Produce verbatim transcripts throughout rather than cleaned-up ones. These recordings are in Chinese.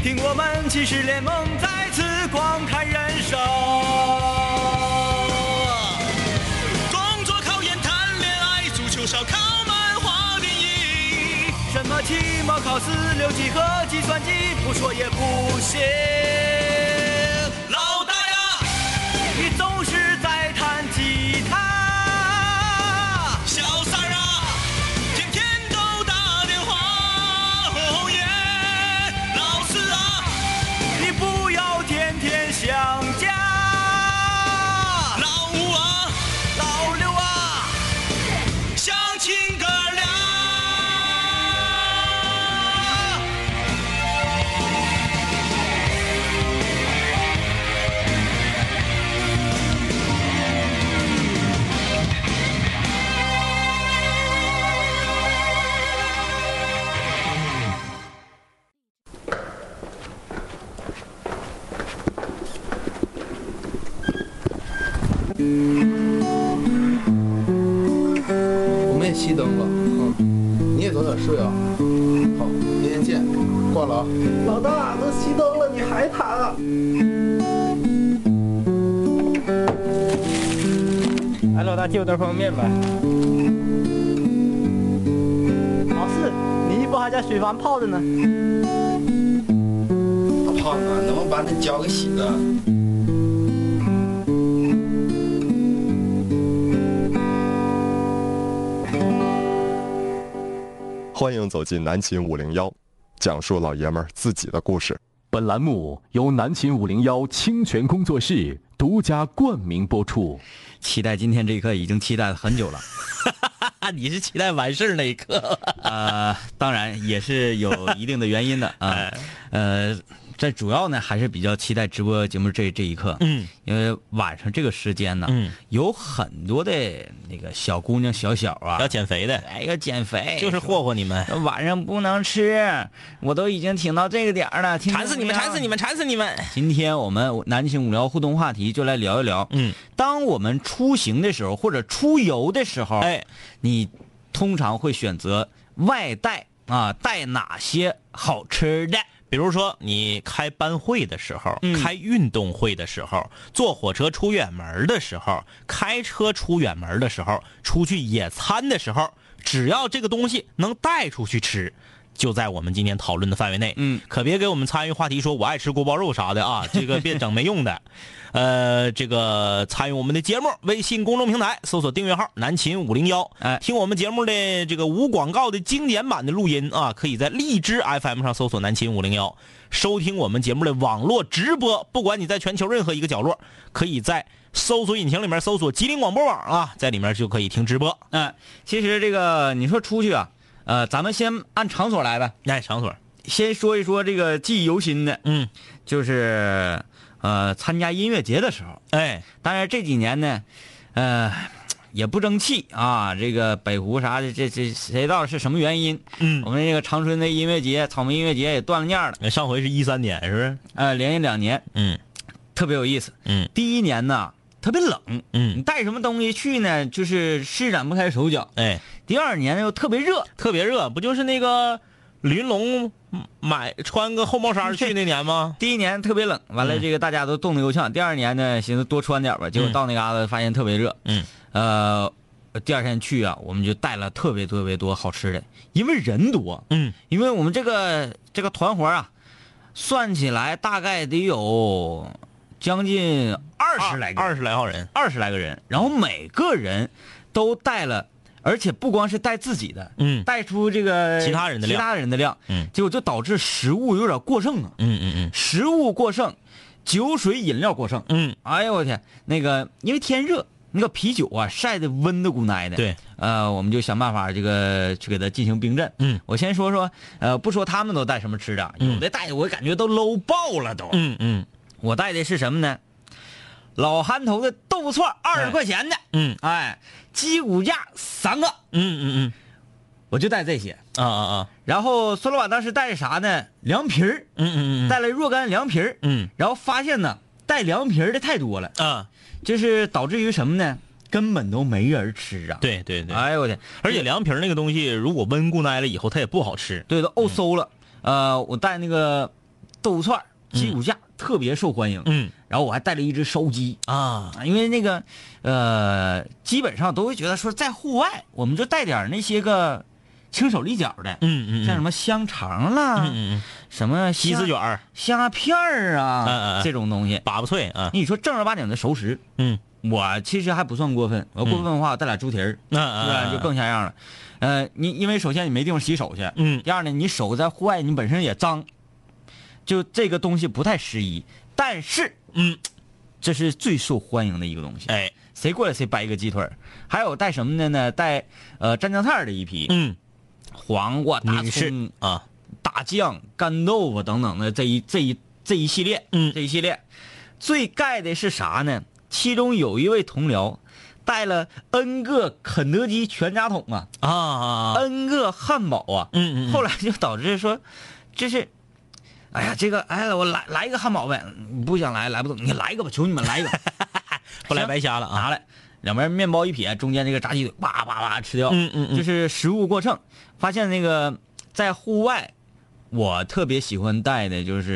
听我们骑士联盟再次光看人生。 工作考研谈恋爱，足球烧烤漫画电影， 什么期末考四六级和计算机，不说也不行。 老大呀， 你总是在弹吉他， 小三儿啊，天天都打电话。哦耶，老四啊， 你不要天天想家。 老五啊， 老六啊， 相亲哥俩。 我们也熄灯了，嗯，你也早点睡啊。好，明天见，挂了啊。 老大，都熄灯了，你还弹啊？ 哎，老大，借我袋方便面呗。 老四，你衣服还在水房泡着呢。 大胖子，能不能把那脚给洗了？ 欢迎走进南秦五零幺，讲述老爷们儿自己的故事。 本栏目由南秦五零幺清泉工作室独家冠名播出。 期待今天这一刻已经期待了很久了。 你是期待完事儿那一刻？ 呃，当然也是有一定的原因的啊。呃，这主要呢还是比较期待直播节目这这一刻。 嗯， 因为晚上这个时间呢，嗯，有很多的那个小姑娘小小啊要减肥的， 哎，要减肥， 就是霍霍你们。 晚上不能吃，我都已经挺到这个点儿了， 馋死你们，馋死你们，馋死你们！ 今天我们南秦五聊互动话题就来聊一聊， 嗯， 当我们出行的时候或者出游的时候， 哎， 你通常会选择外带啊，带哪些好吃的？ 比如说你开班会的时候、 嗯、 开运动会的时候，坐火车出远门的时候，开车出远门的时候，出去野餐的时候，只要这个东西能带出去吃，就在我们今天讨论的范围内。 嗯， 可别给我们参与话题说我爱吃锅包肉啥的啊，这个别整没用的。呃，这个参与我们的节目，微信公众平台搜索订阅号南秦五零幺， 哎， 听我们节目的这个无广告的经典版的录音啊，可以在荔枝 F M 上搜索南秦五零幺，收听我们节目的网络直播。不管你在全球任何一个角落，可以在搜索引擎里面搜索吉林广播网啊，在里面就可以听直播。 嗯、呃，其实这个你说出去啊，呃，咱们先按场所来呗。 哎，场所， 先说一说这个记忆犹新的， 嗯， 就是呃参加音乐节的时候， 哎， 当然这几年呢，呃也不争气啊，这个北湖啥的，这这谁知道是什么原因？ 嗯， 我们这个长春的音乐节、草莓音乐节也断了念了。 上回是一三年，是不是？ 呃，连续两年， 嗯， 特别有意思。 嗯， 第一年呢特别冷， 嗯， 你带什么东西去呢？就是施展不开手脚。 哎， 第二年又特别热， 特别热，不就是那个李云龙买穿个厚帽衫去那年吗？ 第一年特别冷，完了这个大家都冻得够呛。嗯、第二年呢，寻思多穿点吧，结果到那嘎达发现特别热。 嗯， 呃，第二天去啊，我们就带了特别特别多好吃的，因为人多。 嗯， 因为我们这个这个团伙啊，算起来大概得有将近二十来个二十来号人， 二十来个人，然后每个人都带了。而且不光是带自己的， 嗯， 带出这个其他人的量， 其他人的量， 嗯， 结果就导致食物有点过剩啊， 嗯嗯嗯， 食物过剩，酒水饮料过剩， 嗯， 哎呦我天，那个因为天热，那个啤酒啊晒得温的咕奶的， 对， 呃，我们就想办法这个去给它进行冰镇， 嗯， 我先说说，呃，不说他们都带什么吃的， 嗯、 有的带我感觉都搂爆了都， 嗯嗯， 我带的是什么呢？老憨头的豆腐串二十块钱的， 嗯， 哎，鸡骨架三个， 嗯嗯嗯， 我就带这些啊啊啊。 然后孙老板当时带啥呢？凉皮儿， 嗯嗯嗯， 带了若干凉皮儿， 嗯， 然后发现呢，带凉皮儿的太多了啊， 就是导致于什么呢？根本都没人吃啊。 对对对， 哎呦我天！ 而且凉皮儿那个东西，如果温固耐了以后，它也不好吃， 对，都沤馊了。嗯、呃，我带那个豆腐串、鸡骨架、嗯、特别受欢迎。 嗯， 然后我还带了一只烧鸡啊， 因为那个呃，基本上都会觉得说在户外我们就带点那些个轻手利脚的， 嗯嗯， 像什么香肠啦， 嗯嗯， 什么鸡丝卷、 虾片儿啊， 嗯嗯， 这种东西， 粑粑脆啊。 你说正儿八经的熟食， 嗯。 我其实还不算过分，我要过分的话，我带俩猪蹄儿， 嗯是吧？就更像样了。呃，你因为首先你没地方洗手去， 嗯。 第二呢，你手在户外你本身也脏，就这个东西不太适宜。但是， 嗯， 这是最受欢迎的一个东西。 哎， 谁过来谁掰一个鸡腿儿，还有带什么的呢？带呃蘸酱菜的一批， 嗯， 黄瓜、大葱啊、 大酱、干豆腐等等的这一这一这一系列， 嗯， 这一系列，最盖的是啥呢？其中有一位同僚带了 N 个肯德基全家桶啊啊 ，N 个汉堡啊， 嗯嗯， 后来就导致说，这是，哎呀，这个哎，我来来一个汉堡呗，你不想来来不动，你来一个吧，求你们来一个， 不来白瞎了啊！ 拿来，两边面包一撇，中间这个炸鸡腿叭叭叭吃掉， 嗯嗯嗯， 就是食物过剩。发现那个在户外，我特别喜欢带的就是。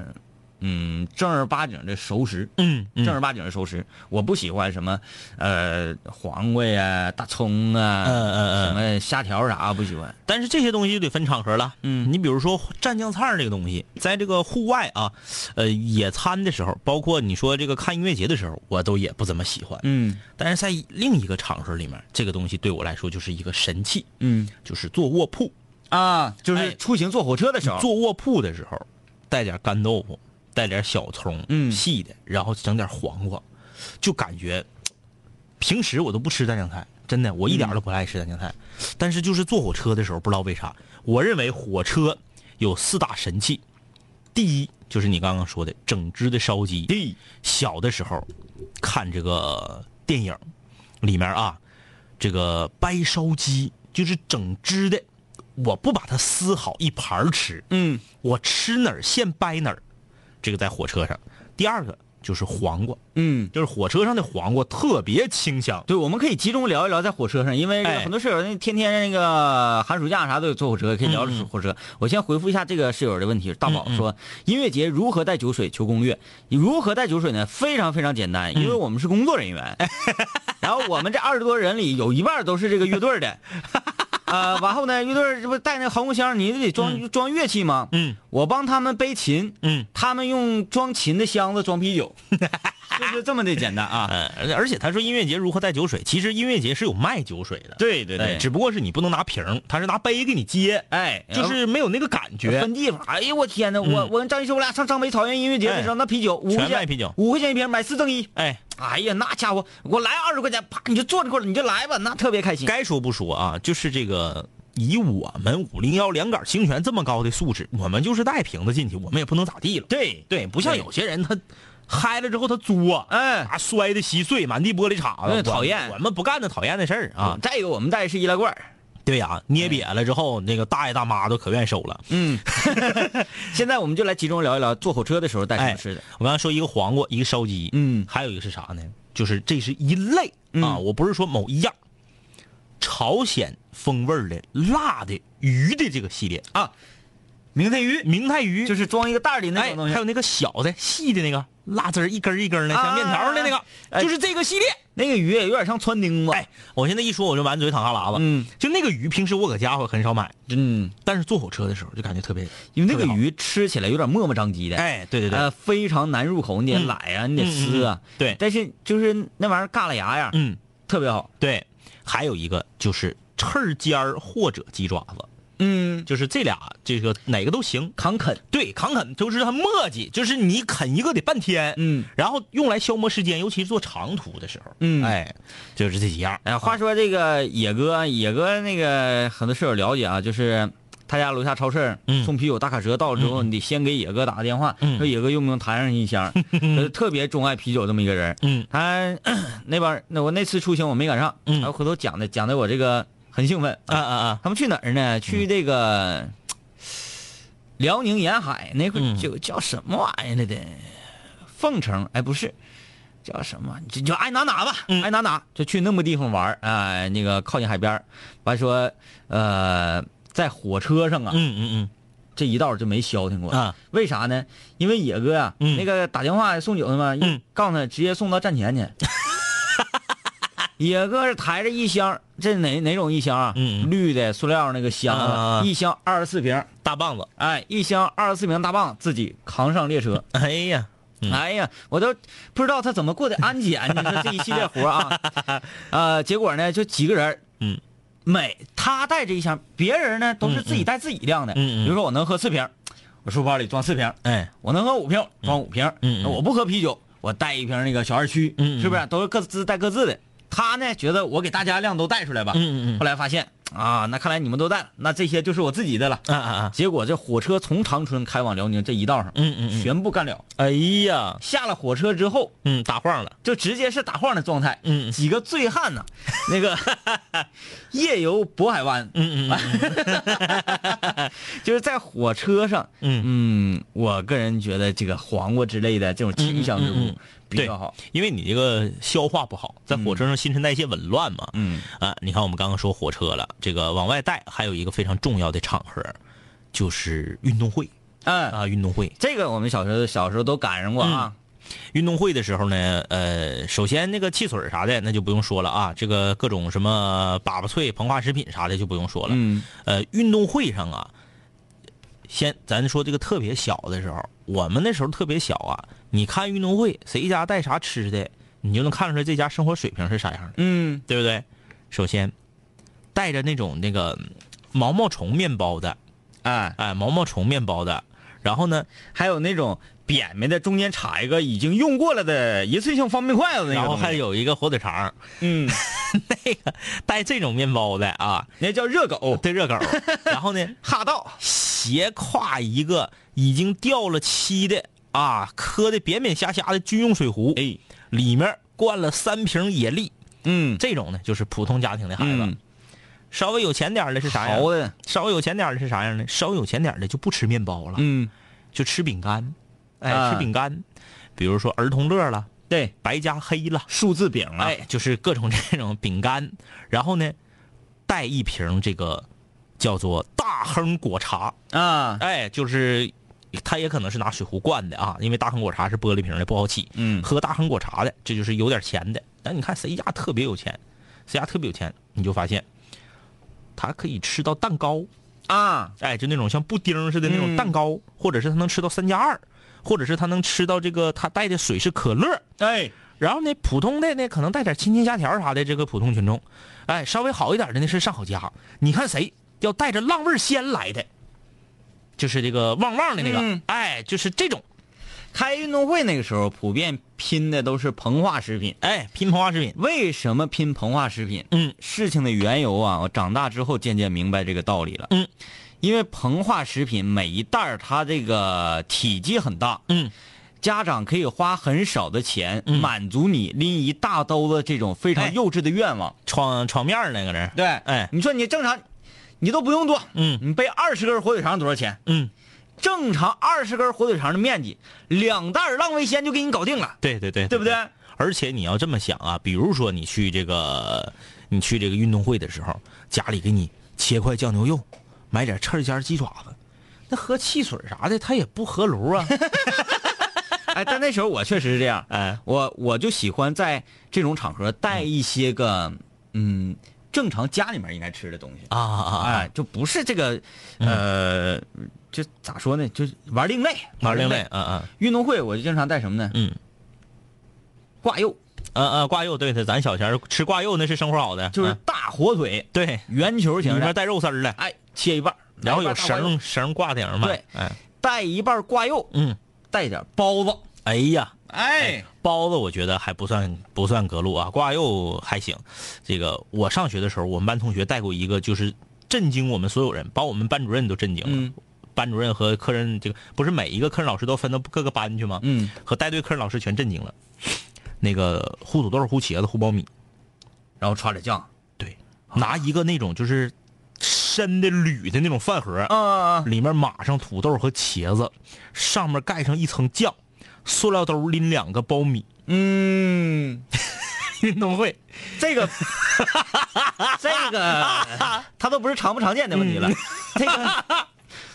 嗯，正儿八经的熟食， 嗯，嗯正儿八经的熟食，我不喜欢什么，呃，黄瓜呀、大葱啊， 嗯嗯嗯， 什么虾条啥不喜欢。 但是这些东西就得分场合了， 嗯， 你比如说蘸酱菜这个东西，在这个户外啊，呃，野餐的时候，包括你说这个看音乐节的时候，我都也不怎么喜欢， 嗯， 但是在另一个场合里面，这个东西对我来说就是一个神器， 嗯， 就是坐卧铺啊，就是出行坐火车的时候， 哎、坐卧铺的时候，带点干豆腐。带点小葱， 嗯， 细的，然后整点黄瓜，就感觉平时我都不吃蘸酱菜，真的，我一点都不爱吃蘸酱菜。嗯、但是就是坐火车的时候，不知道为啥，我认为火车有四大神器。第一就是你刚刚说的整只的烧鸡。 第一， 小的时候看这个电影，里面啊，这个掰烧鸡就是整只的，我不把它撕好一盘吃， 嗯， 我吃哪儿现掰哪儿。这个在火车上。第二个就是黄瓜， 嗯， 就是火车上的黄瓜特别清香。 对，我们可以集中聊一聊在火车上，因为很多室友那天天那个寒暑假啥都有坐火车，可以聊聊火车。嗯、我先回复一下这个室友的问题。大宝说，嗯嗯音乐节如何带酒水？求攻略。如何带酒水呢？非常非常简单，因为我们是工作人员，嗯、然后我们这二十多人里有一半都是这个乐队的。呃，完后呢，乐队这不带那航空箱，你得装、嗯、装乐器吗？ 嗯， 我帮他们背琴， 嗯， 他们用装琴的箱子装啤酒，就是这么的简单啊。 嗯，而且他说音乐节如何带酒水，其实音乐节是有卖酒水的。 对对对， 只不过是你不能拿瓶，他是拿杯给你接， 哎， 就是没有那个感觉。 分地方，哎呀，我天哪！嗯、我我跟张医师我俩上张北草原音乐节的时候，哎、那啤酒五块钱， 啤酒五块钱一瓶，买四赠一。 哎， 哎呀，那家伙，我来二十块钱，啪，你就坐这块儿，你就来吧，那特别开心。 该说不说啊，就是这个。以我们五零幺两杆清泉这么高的素质，我们就是带瓶子进去，我们也不能咋地了。 对对，不像有些人他嗨了之后他作， 哎， 啊摔的稀碎，满地玻璃碴子， 讨厌。 我们不干那讨厌的事儿啊。 再一个，我们带的是易拉罐。 对呀、啊，捏瘪了之后，那个大爷大妈都可愿意收了。 嗯，现在我们就来集中聊一聊坐火车的时候带什么吃的。 哎、我刚才说一个黄瓜，一个烧鸡， 嗯， 还有一个是啥呢？就是这是一类、嗯、啊，我不是说某一样。朝鲜风味的辣的鱼的这个系列啊，明太鱼， 明太鱼就是装一个袋里那种东西、 哎，还有那个小的细的那个辣汁一根一根的，像面条的那个， 啊、 就是这个系列。 那个鱼也有点像穿钉子。 哎，我现在一说我就满嘴淌哈喇子。 嗯， 就那个鱼，平时我搁家伙很少买。 嗯， 但是坐火车的时候就感觉特别， 因为那个鱼吃起来有点磨磨张唧的。 哎，对对对， 呃，非常难入口，你得来啊，嗯、你得撕啊、 嗯嗯。对， 但是就是那玩意儿嘎啦牙呀， 嗯， 特别好。 对，还有一个就是翅尖儿或者鸡爪子。 嗯， 就是这俩，这个哪个都行， 扛啃， 对，扛啃就是它磨叽，就是你啃一个得半天， 嗯， 然后用来消磨时间，尤其是做长途的时候， 嗯， 哎，就是这几样。 哎，话说这个野哥，野哥那个很多室友了解啊，就是他家楼下超市、嗯、送啤酒大卡车到了之后，嗯、你得先给野哥打个电话，嗯、说野哥用不用抬上一箱，嗯、特别钟爱啤酒这么一个人， 嗯， 他那边那我那次出行我没赶上， 嗯， 还有回头讲的讲的我这个。很兴奋啊啊啊！ 他们去哪儿呢？去这个、嗯、辽宁沿海那块就叫什么玩意儿来的？凤城？哎，不是，叫什么？就就爱哪哪吧， 嗯、 爱哪哪就去那么地方玩啊、呃！那个靠近海边，完说呃，在火车上啊， 嗯嗯嗯， 这一道就没消停过啊？ 为啥呢？因为野哥呀、啊嗯， 那个打电话送酒的嘛， 嗯， 告诉他直接送到站前去。野哥是抬着一箱，这哪哪种一箱啊？ 嗯， 绿的塑料那个箱子， 啊、 一箱二十四瓶大棒子， 哎，一箱二十四瓶大棒，自己扛上列车。 哎呀，嗯、 哎呀，我都不知道他怎么过的安检。你说这一系列活啊，呃，结果呢，就几个人， 嗯， 每他带这一箱，别人呢都是自己带自己量的。 嗯嗯， 比如说我能喝四瓶，我书包里装四瓶， 哎， 我能喝五瓶，装五瓶， 嗯， 我不喝啤酒，我带一瓶那个小二曲， 嗯， 是不是？都是各自带各自的。他呢觉得我给大家量都带出来吧， 嗯嗯嗯， 后来发现啊，那看来你们都带了，那这些就是我自己的了， 啊啊啊！ 结果这火车从长春开往辽宁这一道上， 嗯嗯嗯， 全部干了。 哎呀， 下了火车之后， 嗯，打晃了， 就直接是打晃的状态。 嗯， 几个醉汉呢，那个夜游渤海湾， 嗯嗯， 就是在火车上， 嗯嗯，我个人觉得这个黄瓜之类的这种清香之物。 嗯嗯嗯比较好， 因为你这个消化不好，在火车上新陈代谢紊乱嘛。 嗯啊，你看我们刚刚说火车了，这个往外带还有一个非常重要的场合，就是运动会。 嗯啊，运动会这个我们小时候小时候都赶上过啊。 嗯、运动会的时候呢，呃，首先那个汽水啥的那就不用说了啊，这个各种什么粑粑脆、膨化食品啥的就不用说了。 嗯， 呃，运动会上啊，先咱说这个特别小的时候，我们那时候特别小啊。你看运动会，谁家带啥吃的，你就能看出来这家生活水平是啥样的， 嗯， 对不对？首先，带着那种那个毛毛虫面包的， 哎哎，毛毛虫面包的，然后呢， 还有那种扁面的，中间插一个已经用过了的一次性方便筷子那个， 然后还有一个火腿肠， 嗯， 那个带这种面包的啊， 那叫热狗， 对热狗，然后呢， 哈道斜挎一个已经掉了漆的。啊，磕的扁扁瞎瞎的军用水壶， 哎， 里面灌了三瓶野力， 嗯， 这种呢就是普通家庭的孩子， 嗯、 稍微有钱点的是啥样？ 好的， 稍微有钱点的是啥样呢？稍微有钱点的就不吃面包了， 嗯， 就吃饼干，哎， 啊、 吃饼干，比如说儿童乐了， 对， 白加黑了， 数字饼了， 哎，就是各种这种饼干，然后呢，带一瓶这个叫做大亨果茶啊， 哎，就是。他也可能是拿水壶灌的啊，因为大亨果茶是玻璃瓶的，不好沏。 嗯， 喝大亨果茶的，这就是有点钱的。但你看谁家特别有钱，谁家特别有钱，你就发现他可以吃到蛋糕啊， 哎，就那种像布丁似的那种蛋糕，嗯、或者是他能吃到三加二，或者是他能吃到这个他带的水是可乐， 哎， 然后呢，普通的呢可能带点亲亲虾条啥的，这个普通群众，哎，稍微好一点的呢是上好佳。你看谁要带着浪味仙来的？就是这个旺旺的那个， 嗯、 哎，就是这种。 开运动会那个时候，普遍拼的都是膨化食品， 哎，拼膨化食品。 为什么拼膨化食品？ 嗯， 事情的缘由啊，我长大之后渐渐明白这个道理了。 嗯， 因为膨化食品每一袋它这个体积很大， 嗯， 家长可以花很少的钱、 嗯、 满足你拎一大兜子这种非常幼稚的愿望。 闯闯面那个人， 对， 哎， 你说你正常。你都不用多， 嗯， 你背二十根火腿肠多少钱？ 嗯， 正常二十根火腿肠的面积，两袋浪味仙就给你搞定了。 对对对， 对不对？ 而且你要这么想啊，比如说你去这个，你去这个运动会的时候，家里给你切块酱牛肉，买点翅尖鸡爪子，那喝汽水啥的，他也不合炉啊。 哎，但那时候我确实是这样， 哎， 我我就喜欢在这种场合带一些个，嗯。正常家里面应该吃的东西啊啊啊！ 哎，就不是这个，呃，嗯、就咋说呢？就玩另类， 玩另类。嗯嗯。 运动会我就经常带什么呢？ 嗯， 挂肉。 嗯嗯，挂肉，对对，咱小前吃挂肉那是生活好的， 就是大火腿， 对， 圆球形的， 里面带肉丝的， 哎，切一半， 然后有绳绳挂顶嘛， 对， 哎， 带一半挂肉， 嗯， 带点包子。 哎呀， 哎， 包子我觉得还不算不算隔路啊，挂肉还行。这个我上学的时候，我们班同学带过一个，就是震惊我们所有人，把我们班主任都震惊了。 嗯、 班主任和科任这个不是每一个科任老师都分到各个班去吗？ 嗯， 和带队科任老师全震惊了。那个烀土豆、烀茄子、烀苞米， 然后刷点酱， 对，拿一个那种就是深的铝的那种饭盒， 啊， 里面码上土豆和茄子，上面盖上一层酱。塑料兜拎两个苞米， 嗯， 运动会， 这个，这个，它都不是常不常见的问题了。嗯、这个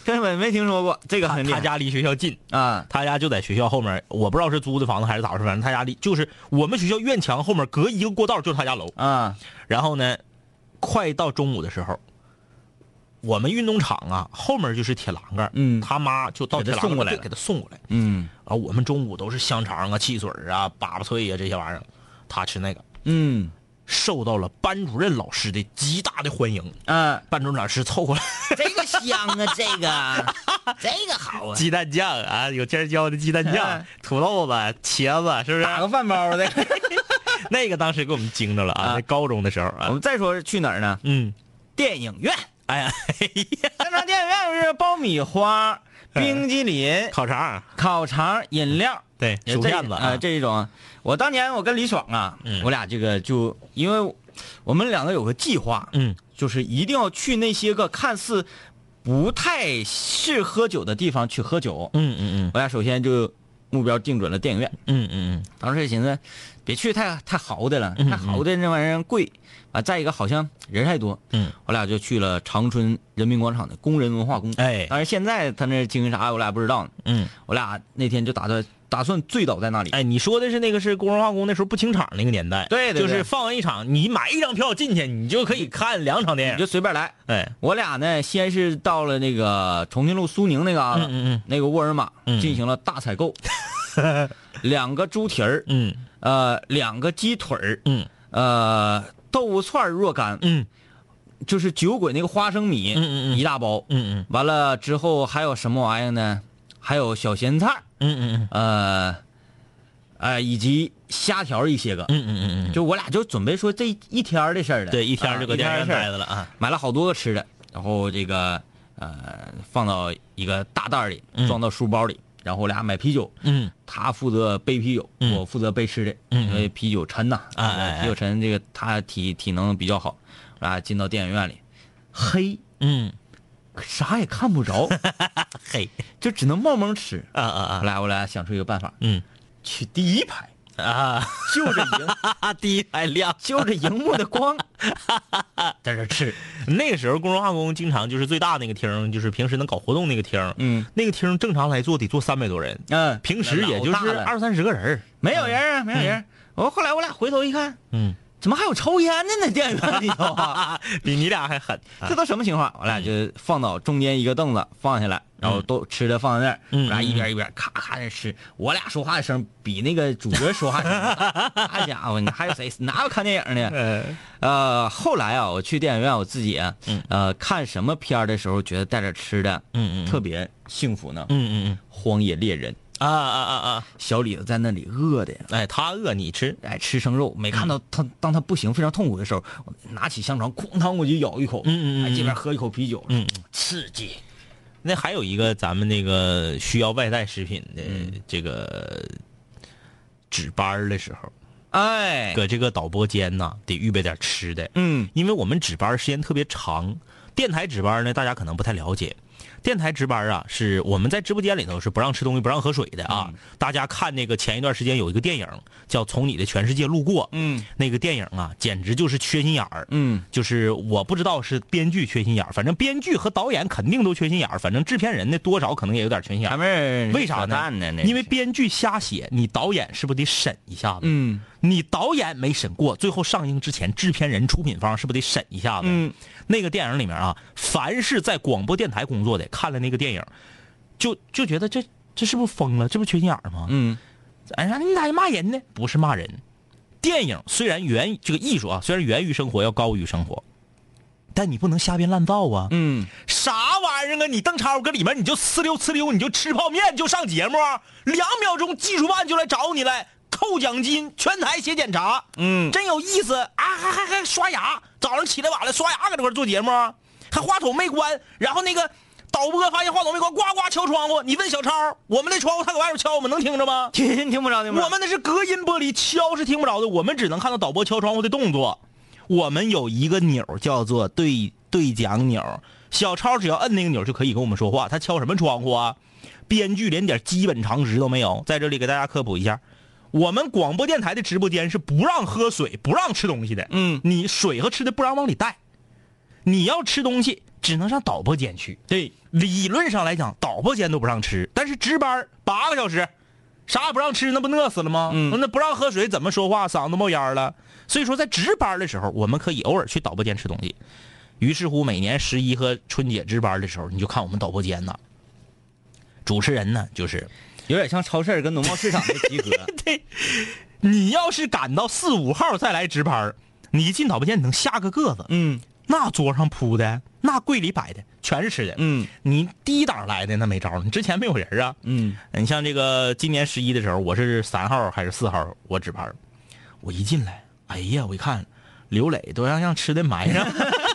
根本没听说过，这个很厉害。 他家离学校近啊， 他家就在学校后面，我不知道是租的房子还是咋回事，反正他家离就是我们学校院墙后面隔一个过道就是他家楼啊。 然后呢，快到中午的时候，我们运动场啊后面就是铁栏杆， 嗯， 他妈就到铁栏杆送过来， 给他送过来， 嗯， 然后我们中午都是香肠啊、汽水啊、粑粑脆啊这些玩意儿，他吃那个， 嗯。 受到了班主任老师的极大的欢迎啊！ 班主任老师凑过来， 这个香啊，这个这个好啊！ 鸡蛋酱啊，有尖椒的鸡蛋酱，啊、土豆子、茄子，是不是？ 打个饭包的， 那个当时给我们惊着了啊！在、啊、高中的时候啊， 我们再说去哪儿呢？ 嗯， 电影院。 哎呀， 正常电影院是爆米花、冰激凌、 烤肠、 烤肠、饮料。 对，薯片子啊、呃，这一种，我当年我跟李爽啊， 嗯、 我俩这个就因为我们两个有个计划， 嗯， 就是一定要去那些个看似不太适喝酒的地方去喝酒， 嗯嗯嗯， 我俩首先就目标定准了电影院， 嗯嗯嗯， 当时寻思别去太太豪的了， 嗯嗯太豪的那玩意儿贵，啊，再一个好像人太多， 嗯， 我俩就去了长春人民广场的工人文化宫， 哎， 当然现在他那经营啥我俩不知道呢， 嗯， 我俩那天就打算。打算醉倒在那里。 哎，你说的是那个是工人文化宫那时候不清场那个年代， 对对对， 就是放完一场，你买一张票进去，你就可以看两场电影， 你就随便来。 哎， 我俩呢，先是到了那个重庆路苏宁那个啊， 嗯嗯嗯， 那个沃尔玛、 嗯、 进行了大采购，两个猪蹄儿， 嗯， 呃，两个鸡腿儿， 嗯， 呃，豆腐串若干， 嗯。 就是酒鬼那个花生米， 嗯嗯嗯， 一大包， 嗯嗯， 完了之后还有什么玩意儿呢？还有小咸菜， 嗯嗯嗯， 呃，呃，以及虾条一些个， 嗯嗯嗯嗯， 就我俩就准备说这一天的事儿了， 对，一天就搁电影院待着着了啊， 买了好多个吃的，然后这个呃放到一个大袋里，装到书包里，嗯、然后我俩买啤酒， 嗯， 他负责背啤酒， 嗯、 我负责背吃的， 嗯， 因为啤酒沉呐， 哎哎， 啤酒沉，这个他体体能比较好，我俩进到电影院里。黑， 嗯， 啥也看不着， 黑， 就只能冒蒙吃啊啊啊！ 后来我俩想出一个办法， 嗯， 去第一排啊， 就着荧， 第一排亮， 就着荧幕的光，在这吃。 那个时候，工人化工经常就是最大那个厅，就是平时能搞活动那个厅， 嗯， 那个厅正常来做得坐三百多人， 嗯， 平时也就是二三十个人， 没有人啊，没有人。我后来我俩回头一看， 嗯。 怎么还有抽烟的呢？电影院里头啊， 比你俩还狠， 这都什么情况？我俩就放到中间一个凳子放下来，然后都吃的放在那儿， 嗯、 我俩一边一边咔咔的吃。我俩说话的声比那个主角说话声大，那家伙，你还有谁哪有看电影的？呃，后来啊，我去电影院，我自己啊，呃，看什么片的时候觉得带着吃的， 嗯嗯， 特别幸福呢。 嗯嗯嗯， 荒野猎人。 啊啊啊啊！ 小李子在那里饿的呀， 哎，他饿你吃， 哎，吃生肉。没看到他，当他不行、非常痛苦的时候，我拿起香肠，哐当我就咬一口， 嗯嗯， 哎，这边喝一口啤酒， 嗯， 刺激。 那还有一个咱们那个需要外带食品的这个值班的时候， 哎， 搁这个导播间呐，得预备点吃的， 嗯， 因为我们值班时间特别长，电台值班呢，大家可能不太了解。电台值班啊，是我们在直播间里头是不让吃东西、不让喝水的啊。 嗯、 大家看那个前一段时间有一个电影叫《从你的全世界路过》， 嗯， 那个电影啊，简直就是缺心眼儿， 嗯， 就是我不知道是编剧缺心眼儿，反正编剧和导演肯定都缺心眼儿，反正制片人呢多少可能也有点缺心眼儿。为啥呢？因为编剧瞎写，你导演是不是得审一下子？ 嗯， 你导演没审过，最后上映之前，制片人、出品方是不是得审一下子？ 嗯。 那个电影里面啊，凡是在广播电台工作的，看了那个电影，就就觉得这这是不是疯了？这不是缺心眼儿吗？ 嗯， 哎呀，你咋骂人呢？不是骂人，电影虽然源这个艺术啊，虽然源于生活，要高于生活，但你不能瞎编乱造啊。 嗯， 啥玩意儿啊？你邓超搁里面你就呲溜呲溜，你就吃泡面就上节目，两秒钟技术办就来找你来。扣奖金，全台写检查， 嗯， 真有意思啊！还还还刷牙，早上起来晚了刷牙，搁这块做节目，还话筒没关，然后那个导播发现话筒没关，呱呱敲窗户。你问小超，我们那窗户他搁外面敲，我们能听着吗？ 听听不着，听不着。 我们那是隔音玻璃，敲是听不着的，我们只能看到导播敲窗户的动作。我们有一个钮叫做对对讲钮，小超只要摁那个钮就可以跟我们说话。他敲什么窗户啊？编剧连点基本常识都没有。在这里给大家科普一下。我们广播电台的直播间是不让喝水、不让吃东西的。 嗯， 你水和吃的不让往里带。你要吃东西， 只能上导播间去。 对， 理论上来讲，导播间都不让吃，但是值班八个小时，啥也不让吃，那不饿死了吗？ 嗯， 那不让喝水，怎么说话？嗓子冒烟了。所以说，在值班的时候，我们可以偶尔去导播间吃东西。于是乎，每年十一和春节值班的时候，你就看我们导播间呐，主持人呢就是有点像超市跟农贸市场的集合。 对，你要是赶到四五号再来值班，你一进导播间，你能吓个个子。 嗯， 那桌上铺的，那柜里摆的，全是吃的。 嗯， 你第一档来的那没招，你之前没有人啊。 嗯， 你像这个今年十一的时候，我是三号还是四号我值班，我一进来，哎呀，我一看刘磊都让让吃的埋上。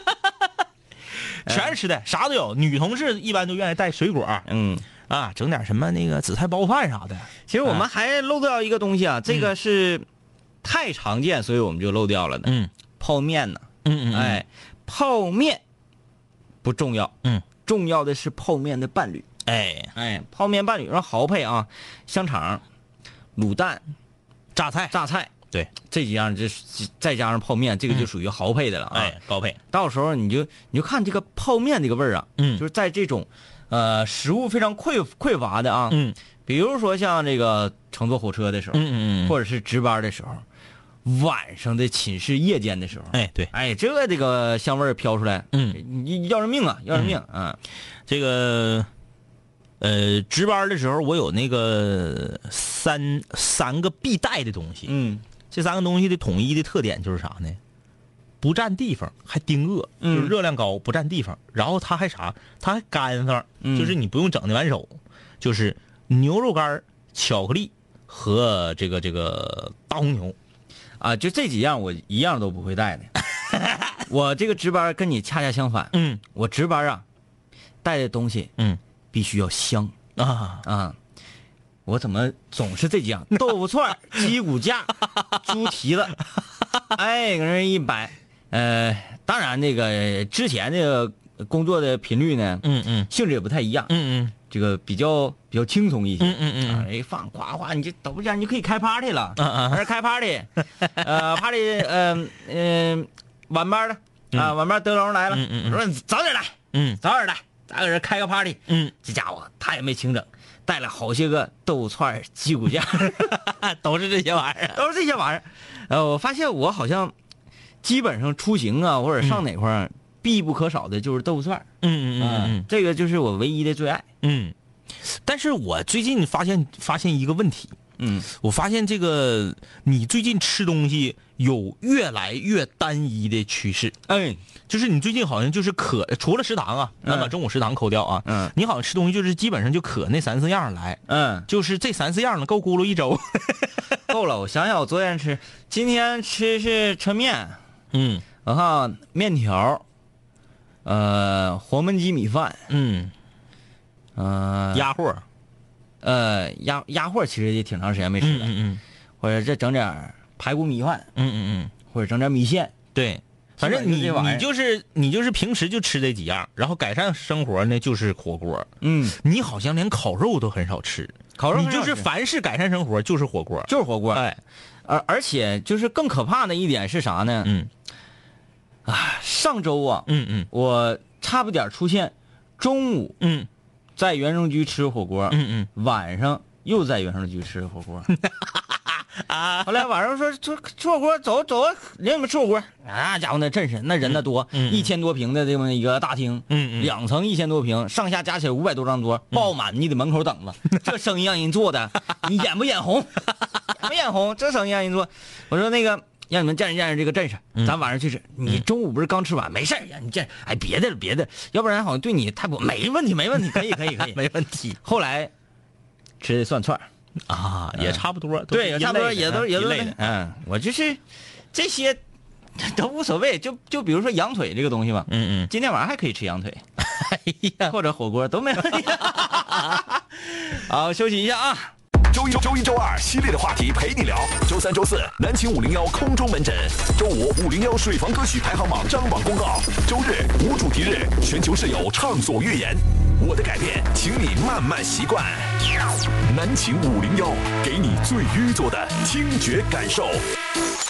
全是吃的，啥都有。女同事一般都愿意带水果， 嗯啊，整点什么那个紫菜包饭啥的。 其实我们还漏掉一个东西啊，这个是太常见，所以我们就漏掉了的。 嗯， 泡面呢？ 嗯嗯， 哎，泡面不重要， 嗯， 重要的是泡面的伴侣。 哎哎，泡面伴侣让豪配啊，香肠、卤蛋、 榨菜、 榨菜。 对， 这几样这再加上泡面，这个就属于豪配的了啊！ 哎，高配。 到时候你就你就看这个泡面这个味儿啊， 嗯， 就是在这种，呃，食物非常匮匮乏的啊， 嗯， 比如说像这个乘坐火车的时候， 嗯嗯嗯， 或者是值班的时候，晚上的寝室夜间的时候， 哎对， 哎，这个这个香味儿飘出来， 嗯， 你要人命啊，要人命啊！嗯、 这个。呃，值班的时候我有那个三三个必带的东西， 嗯， 这三个东西的统一的特点就是啥呢？不占地方，还丁饿， 嗯， 就是热量高，不占地方。然后它还啥？它还干放， 嗯， 就是你不用整的完手，就是牛肉干、巧克力和这个这个大红牛， 啊，就这几样我一样都不会带的。我这个值班跟你恰恰相反， 嗯， 我值班啊，带的东西， 嗯。 必须要香啊啊！我怎么总是这几样？豆腐串、鸡骨架、猪蹄子，哎，搁那一摆。呃，当然那个之前那个工作的频率呢， 嗯嗯， 性质也不太一样， 嗯嗯， 这个比较比较轻松一些， 嗯嗯嗯， 啊，一放夸夸，你这抖不下，你就可以开 party 了， 啊啊， 这开 party， 呃 party， 嗯嗯，晚班的啊，晚班德龙来了， 嗯嗯， 说早点来， 嗯， 早点来。咱搁这开个 party， 嗯， 这家伙他也没请整，带了好些个豆腐串、鸡骨架， 都是这些玩意儿， 都是这些玩意儿。呃，我发现我好像基本上出行啊，或者上哪块儿、嗯、必不可少的就是豆腐串。 嗯嗯嗯嗯， 这个就是我唯一的最爱。 嗯，但是我最近发现发现一个问题， 嗯， 我发现这个你最近吃东西有越来越单一的趋势。 哎。 就是你最近好像就是可除了食堂啊，咱把中午食堂抠掉啊， 嗯， 你好像吃东西就是基本上就可那三四样来， 嗯， 就是这三四样呢够咕噜一周， 够了。我想想，我昨天吃，今天吃是抻面， 嗯， 然后面条，呃，黄焖鸡米饭， 嗯， 呃， 鸭货， 呃，鸭鸭货其实也挺长时间没吃了， 嗯 嗯, 嗯， 或者再整点排骨米饭， 嗯嗯嗯， 或者整点米线， 对。反正你你就是你就是平时就吃这几样，然后改善生活呢就是火锅。 嗯， 你好像连烤肉都很少吃， 烤肉你就是凡是改善生活就是火锅， 就是火锅。 哎， 而而且就是更可怕的一点是啥呢？ 嗯， 啊，上周啊， 嗯嗯， 我差不点出现中午嗯在原生居吃火锅， 嗯嗯， 晚上又在原生居吃火锅。 啊！ 后来晚上说吃吃火锅，走走，领你们吃火锅。那家伙那阵势，那人那多， 嗯嗯、 一千多平的这么一个大厅， 嗯嗯， 两层一千多平，上下加起来五百多张桌，爆满，你得门口等着。嗯、这生意让人做的，你眼不眼红？眼不眼红？这生意让人做。我说那个让你们见识见识这个阵势， 嗯、 咱晚上去吃。你中午不是刚吃完？没事让你见。哎，别的别的，要不然好像对你太不没问题，没问题，可以可以可以， 没问题。 后来吃的涮串。 啊，也差不多， 对，也差不多，也都也都类的。 嗯，我就是这些都无所谓，就就比如说羊腿这个东西吧， 嗯嗯， 今天晚上还可以吃羊腿， 哎呀， 或者火锅都没问题。好，休息一下啊。 周一、周一、周二系列的话题陪你聊。周三、周四南秦五零幺空中门诊。周五五零幺水房歌曲排行榜张榜公告。周日无主题日，全球室友畅所欲言。我的改变，请你慢慢习惯。南秦五零幺，给你最淤作的听觉感受。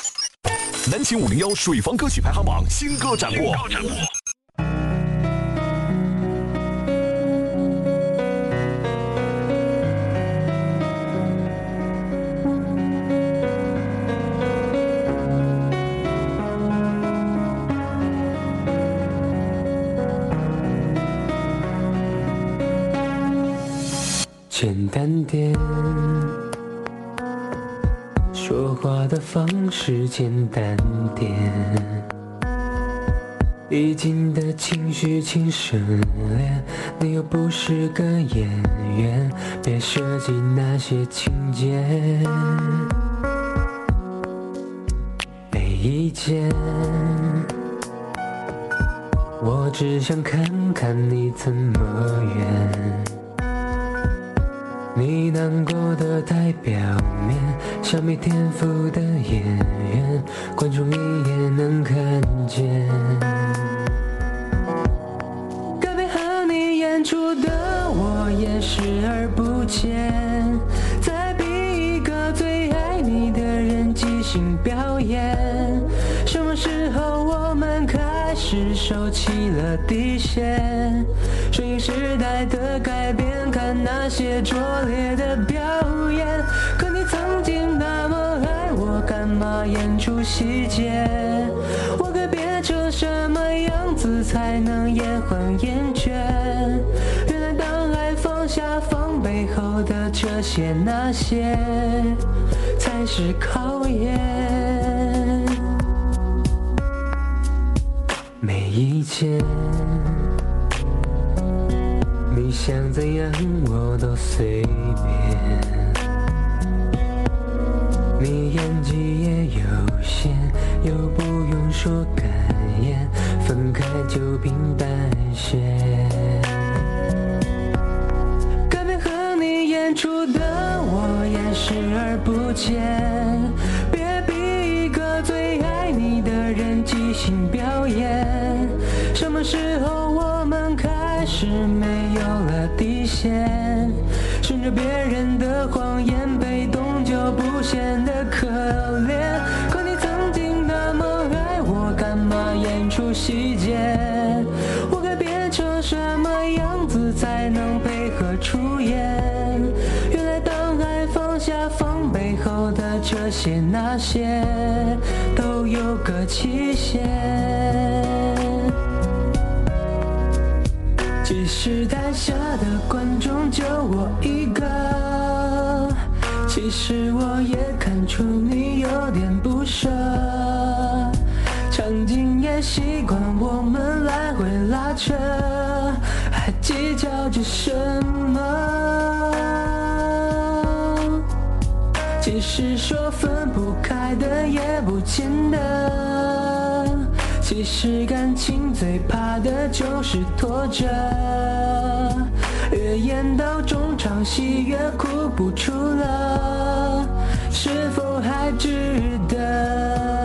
南秦五零幺水房歌曲排行榜新歌展播。 淡点，说话的方式简单点，已经的情绪请省略，你又不是个演员，别设计那些情节。没意见，我只想看看你怎么圆。你难过的太表面，像没天赋的演员，观众一眼能看见。该配合你演出的我也视而不见，再逼一个最爱你的人即兴表演。什么时候我们开始收起了底线？顺应时代的改变，看那些拙劣的表演。可你曾经那么爱我，干嘛演出细节？我该变成什么样子才能延缓厌倦？原来当爱放下防备后的这些那些，才是考验。没意见，你想怎样我都随便，你演技也有限，又不用说感言，分开就平淡些。该配合你演出的我也视而不见，别逼一个最爱你的人即兴表演。什么时候我们开始没有了底线？顺着别人的谎言，被动就不显得可怜。可你曾经那么爱我，干嘛演出细节？我该变成什么样子才能配合出演？原来当爱放下防备后的这些那些，都有个期限。其实台下的观众就我一个，其实我也看出你有点不舍，场景也习惯我们来回拉扯，还计较着什么？其实说分不开的也不见得，其实感情最怕的就是拖着，越演到中场戏越哭不出了，是否还值得？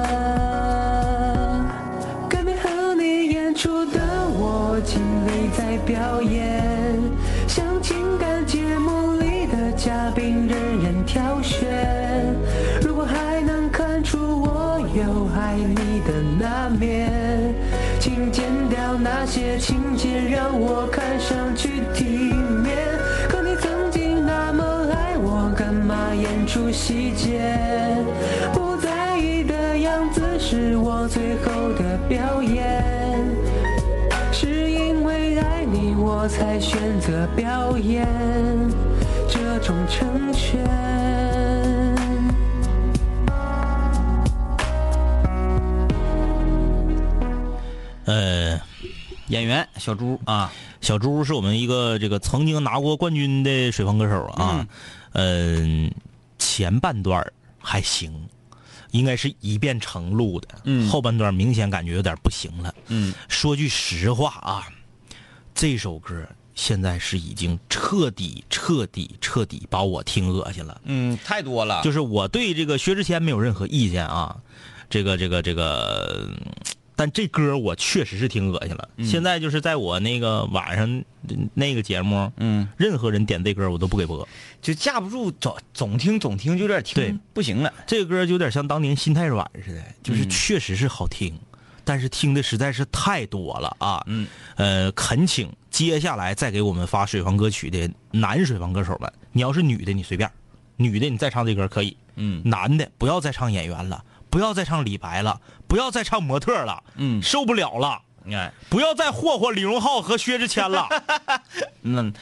该配合你演出的我尽力在表演，像情感节目里的嘉宾任人挑选，如果还能看出我有爱你的那面，请剪掉那些情节，让我看上去体面。可你曾经那么爱我，干嘛演出细节？不在意的样子是我最后的表演，是因为爱你我才选择表演这种成全。 呃， 演员小猪啊， 小猪是我们一个这个曾经拿过冠军的水房歌手啊，嗯、呃，前半段还行，应该是一遍成录的，嗯，后半段明显感觉有点不行了，嗯，说句实话啊，这首歌现在是已经彻底彻底彻底把我听恶心了， 嗯，太多了， 就是我对这个薛之谦没有任何意见啊，这个这个这个。但这歌我确实是挺恶心了、嗯。现在就是在我那个晚上那个节目，嗯，任何人点这歌我都不给播， 就架不住总总听总听就有点听， 对， 不行了。 这个歌就有点像当年心太软似的，就是确实是好听，嗯、但是听的实在是太多了啊。嗯，呃，恳请接下来再给我们发水房歌曲的男水房歌手们，你要是女的你随便，女的你再唱这歌可以，嗯，男的不要再唱演员了。不要再唱李白了，不要再唱模特了，嗯，受不了了，哎，不要再霍霍李荣浩和薛之谦了。 嗯，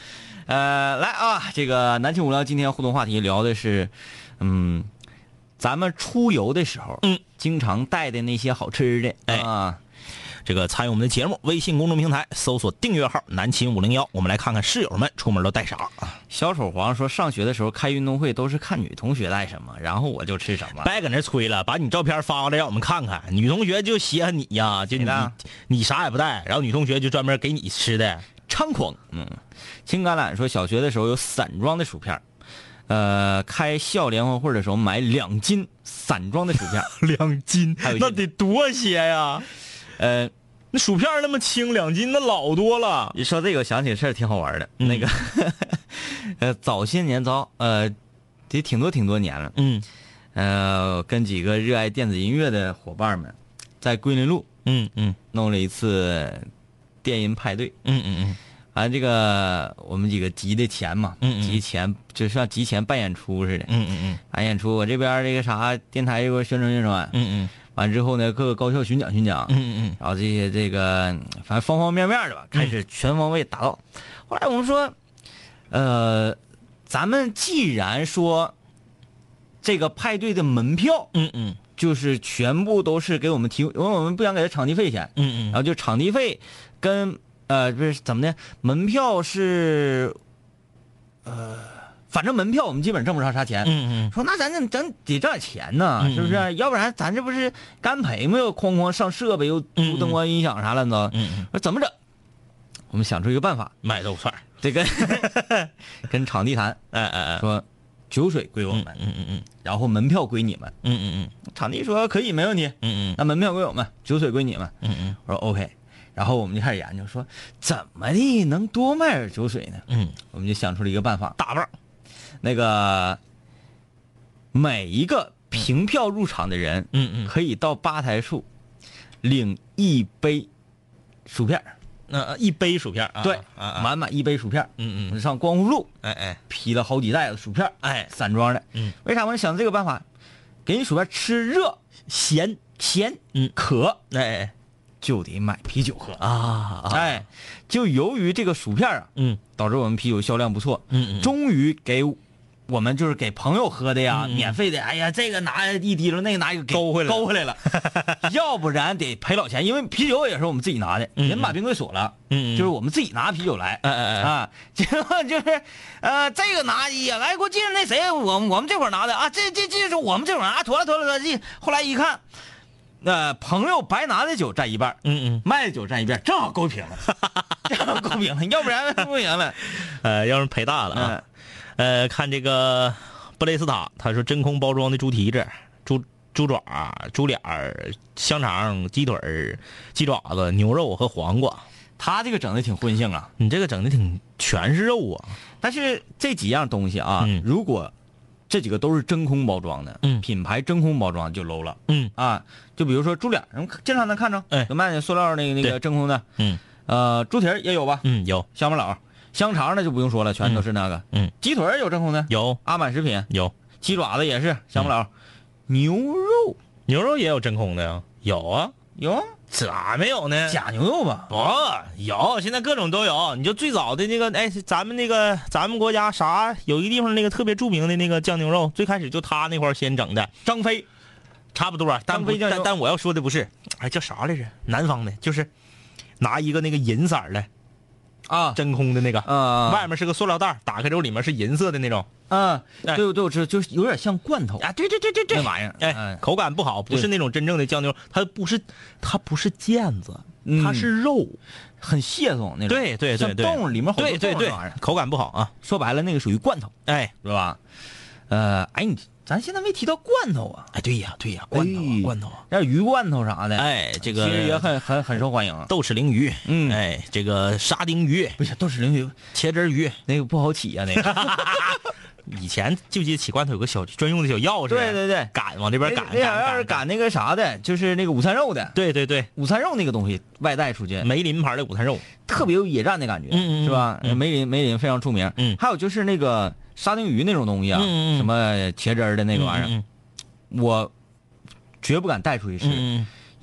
呃，来啊，这个南青五聊今天互动话题聊的是，嗯，咱们出游的时候， 嗯， 经常带的那些好吃的， 哎啊。 这个参与我们的节目，微信公众平台搜索订阅号南秦五零幺，我们来看看室友们出门都带啥。 小丑黄说，上学的时候开运动会都是看女同学带什么，然后我就吃什么。 别搁那吹了，把你照片发过来让我们看看。女同学就稀罕你呀，就你你啥也不带，然后女同学就专门给你吃的， 猖狂。嗯，青橄榄说，小学的时候有散装的薯片，呃，开校联欢会的时候买两斤散装的薯片， 两斤，那得多些呀。 呃， 那薯片那么轻，两斤那老多了。 一说这个，我想起事儿挺好玩的。嗯、那个，呃，早些年早，呃，得挺多挺多年了。 嗯， 呃，跟几个热爱电子音乐的伙伴们，在桂林路， 嗯嗯， 弄了一次电音派对。 嗯嗯嗯， 完、啊、这个我们几个集的钱嘛， 嗯嗯集钱就像集钱办演出似的。 嗯嗯嗯， 办演出，我这边这个啥电台有个宣传宣传。 嗯嗯。 完之后呢，各个高校巡讲巡讲， 嗯嗯， 然后这些这个反正方方面面的吧，开始全方位打造。嗯、后来我们说，呃，咱们既然说这个派对的门票， 嗯嗯， 就是全部都是给我们提供，因为我们不想给他场地费钱， 嗯嗯， 然后就场地费跟呃不是怎么的，门票是呃。反正门票我们基本挣不着啥钱， 嗯嗯， 说那咱这咱得挣点钱呢，嗯嗯是不是？要不然咱这不是干赔吗？又哐哐上设备，又租灯光音响啥乱糟， 嗯嗯， 说怎么整？我们想出一个办法， 买豆腐串， 这个跟场地谈， 哎哎哎， 说酒水归我们， 嗯嗯嗯， 然后门票归你们， 嗯嗯嗯， 场地说可以没问题， 嗯嗯， 那门票归我们，酒水归你们， 嗯嗯， 我说 OK。然后我们就开始研究说，怎么的能多卖点酒水呢？ 嗯， 我们就想出了一个办法， 大棒。 那个每一个凭票入场的人， 嗯嗯， 可以到吧台处领一杯薯片， 那、呃、一杯薯片，啊、 对， 啊啊、 满满一杯薯片， 嗯嗯， 上光复路， 哎哎， 批了好几袋子薯片， 哎， 散装的， 嗯， 为啥我想这个办法？给你薯片吃热，咸咸， 嗯， 渴， 哎， 就得买啤酒喝啊，啊哎，就由于这个薯片啊， 嗯， 导致我们啤酒销量不错， 嗯嗯， 终于给。我们就是给朋友喝的呀， 嗯、 免费的。哎呀，这个拿一滴了，那个拿一个勾回来， 勾回来了。要不然得赔老钱，因为啤酒也是我们自己拿的， 嗯、 人把冰柜锁了， 嗯， 就是我们自己拿啤酒来， 哎哎哎啊，结果就是，呃，这个拿一呀，来给我记着那谁，我我们这会儿拿的啊，这这这是我们这会儿拿，妥了妥了妥了，这后来一看。呃，朋友白拿的酒占一半， 嗯嗯， 卖的酒占一半，正好够平了，正好够平了，要不然不行了， 呃，要是赔大了啊， 嗯、 呃，看这个。布雷斯塔他说真空包装的猪蹄子、猪猪爪、猪脸儿、香肠、鸡腿儿、鸡爪子、牛肉和黄瓜， 他这个整的挺荤性啊， 你这个整的挺全是肉啊。 但是这几样东西啊， 嗯、 如果这几个都是真空包装的， 嗯， 品牌真空包装就 low 了， 嗯啊，就比如说猪脸，我们经常能看着， 哎， 有卖的塑料那个那个真空的， 嗯， 呃，猪蹄儿也有吧， 嗯，有乡巴佬。香肠的就不用说了，全都是那个。 嗯， 鸡腿有真空的， 有阿满食品有， 鸡爪子也是香不老、嗯。牛肉， 牛肉也有真空的呀？有啊， 有， 咋没有呢？ 假牛肉吧？ 不有，现在各种都有。你就最早的那个，哎，咱们那个咱们国家啥有一个地方那个特别著名的那个酱牛肉，最开始就他那块先整的， 张飞， 差不多。但不但但我要说的不是，哎，叫啥来着？南方的，就是拿一个那个银色的。 啊， 真空的那个， 啊、 嗯，外面是个塑料袋，打开之后里面是银色的那种， 啊，对对，我知道，就是有点像罐头啊，对对对对对， 那玩意儿， 哎，哎口感不好，不是那种真正的酱牛，它不是，它不是腱子， 嗯、 它是肉， 很蟹松那种， 对对对对， 冻里面好多对对对，口感不好啊， 说白了那个属于罐头， 哎， 是吧？呃，哎你。咱现在没提到罐头啊！ 哎，对呀，对呀，罐头、啊哎，罐头、啊， 像鱼罐头啥的， 哎，这个其实也很很很受欢迎啊。 豆豉鲮鱼， 嗯， 哎，这个沙丁鱼， 不是豆豉鲮鱼， 茄汁鱼， 那个不好起啊，那个。 以前就记得起罐头有个小专用的小钥匙， 对对对， 赶往这边赶， 那小钥匙赶那个啥的，就是那个午餐肉的， 对对对， 午餐肉那个东西外带出去， 梅林牌的午餐肉， 特别有野战的感觉， 嗯嗯是吧？ 嗯、 梅林梅林非常出名， 嗯， 还有就是那个沙丁鱼那种东西啊， 嗯嗯什么茄汁的那个玩意儿。 嗯嗯我绝不敢带出去吃， 嗯、